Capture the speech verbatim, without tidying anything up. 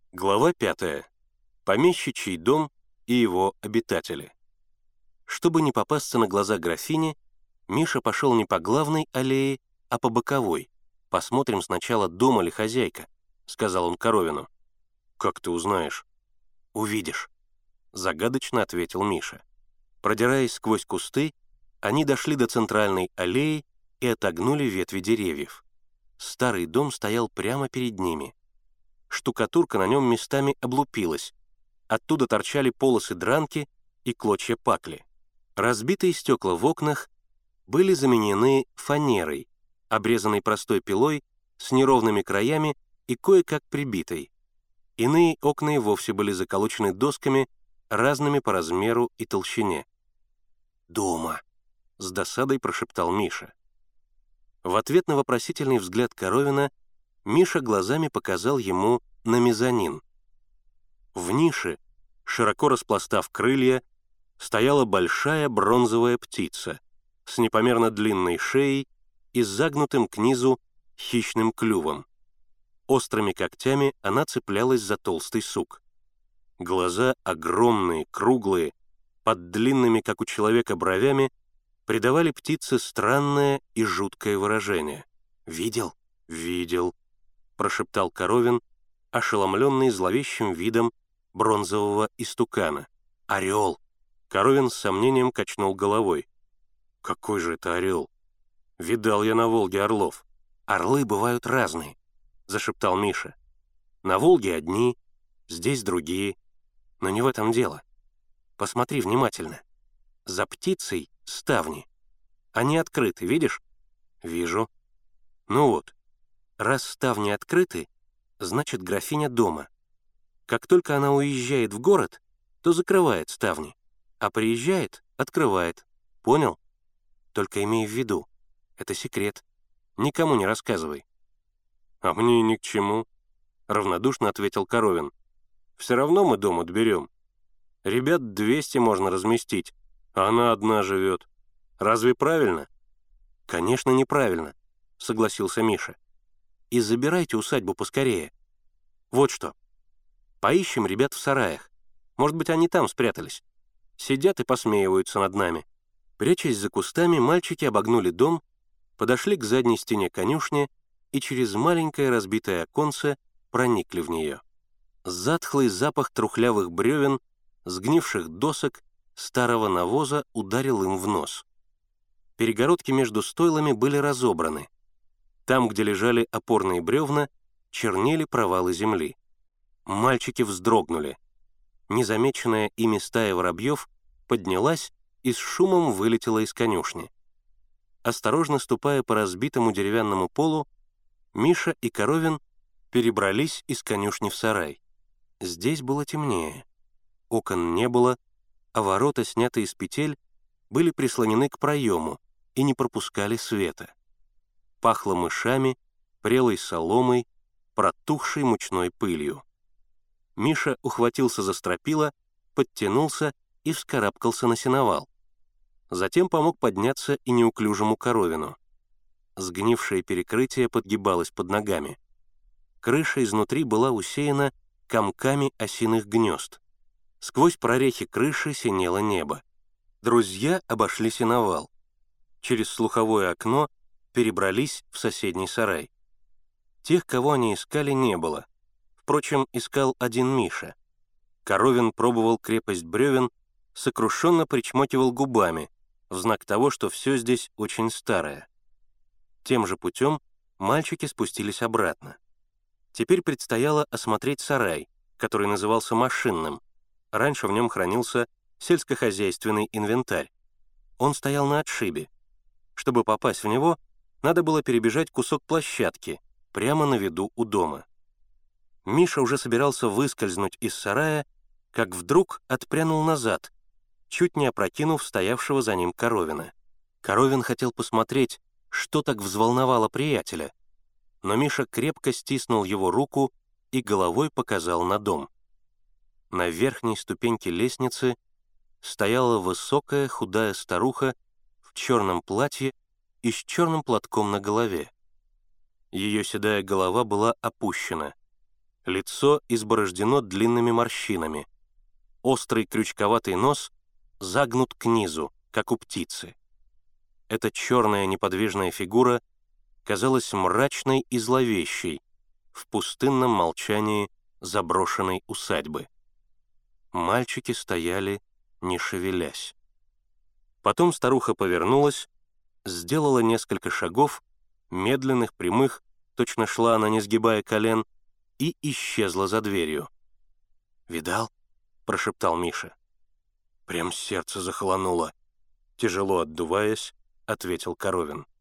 Глава пятая. Помещичий дом и его обитатели. Чтобы не попасться на глаза графине, Миша пошел не по главной аллее, а по боковой. «Посмотрим сначала, дома ли хозяйка», — сказал он Коровину. «Как ты узнаешь?» «Увидишь», — загадочно ответил Миша. Продираясь сквозь кусты, они дошли до центральной аллеи и отогнули ветви деревьев. Старый дом стоял прямо перед ними. Штукатурка на нем местами облупилась. Оттуда торчали полосы дранки и клочья пакли. Разбитые стекла в окнах были заменены фанерой, обрезанной простой пилой, с неровными краями и кое-как прибитой. Иные окна и вовсе были заколочены досками, разными по размеру и толщине. «Дома», — с досадой прошептал Миша. В ответ на вопросительный взгляд Коровина Миша глазами показал ему на мезонин. В нише, широко распластав крылья, стояла большая бронзовая птица с непомерно длинной шеей и загнутым к низу хищным клювом. Острыми когтями она цеплялась за толстый сук. Глаза огромные, круглые, под длинными, как у человека, бровями, придавали птице странное и жуткое выражение. «Видел?» «Видел», — прошептал Коровин, ошеломленный зловещим видом бронзового истукана. «Орел!» Коровин с сомнением качнул головой. «Какой же это орел? Видал я на Волге орлов». «Орлы бывают разные», — зашептал Миша. «На Волге одни, здесь другие. Но не в этом дело. Посмотри внимательно. За птицей ставни. Они открыты, видишь?» «Вижу». «Ну вот, раз ставни открыты, значит, графиня дома. Как только она уезжает в город, то закрывает ставни, а приезжает — открывает. Понял? Только имей в виду, это секрет. Никому не рассказывай». «А мне ни к чему», — равнодушно ответил Коровин. «Все равно мы дом отберем. Ребят двести можно разместить, а она одна живет. Разве правильно?» «Конечно, неправильно», — согласился Миша. «И забирайте усадьбу поскорее. Вот что. Поищем ребят в сараях. Может быть, они там спрятались. Сидят и посмеиваются над нами». Прячась за кустами, мальчики обогнули дом, подошли к задней стене конюшни и через маленькое разбитое оконце проникли в нее. Затхлый запах трухлявых бревен, сгнивших досок, старого навоза ударил им в нос. Перегородки между стойлами были разобраны. Там, где лежали опорные бревна, чернели провалы земли. Мальчики вздрогнули. Незамеченная ими стая воробьев поднялась и с шумом вылетела из конюшни. Осторожно ступая по разбитому деревянному полу, Миша и Коровин перебрались из конюшни в сарай. Здесь было темнее. Окон не было, а ворота, снятые с петель, были прислонены к проему и не пропускали света. Пахло мышами, прелой соломой, протухшей мучной пылью. Миша ухватился за стропила, подтянулся и вскарабкался на сеновал. Затем помог подняться и неуклюжему Коровину. Сгнившее перекрытие подгибалось под ногами. Крыша изнутри была усеяна комками осиных гнезд. Сквозь прорехи крыши синело небо. Друзья обошли сеновал. Через слуховое окно перебрались в соседний сарай. Тех, кого они искали, не было. Впрочем, искал один Миша. Коровин пробовал крепость бревен, сокрушенно причмокивал губами, в знак того, что все здесь очень старое. Тем же путем мальчики спустились обратно. Теперь предстояло осмотреть сарай, который назывался машинным. Раньше в нем хранился сельскохозяйственный инвентарь. Он стоял на отшибе. Чтобы попасть в него, надо было перебежать кусок площадки прямо на виду у дома. Миша уже собирался выскользнуть из сарая, как вдруг отпрянул назад, чуть не опрокинув стоявшего за ним Коровина. Коровин хотел посмотреть, что так взволновало приятеля, но Миша крепко стиснул его руку и головой показал на дом. На верхней ступеньке лестницы стояла высокая худая старуха в черном платье и с черным платком на голове. Ее седая голова была опущена. Лицо изборождено длинными морщинами. Острый крючковатый нос загнут к низу, как у птицы. Эта черная неподвижная фигура казалась мрачной и зловещей в пустынном молчании заброшенной усадьбы. Мальчики стояли, не шевелясь. Потом старуха повернулась, сделала несколько шагов, медленных, прямых, точно шла она, не сгибая колен, и исчезла за дверью. «Видал?» — прошептал Миша. «Прям сердце захолонуло», — тяжело отдуваясь, ответил Коровин.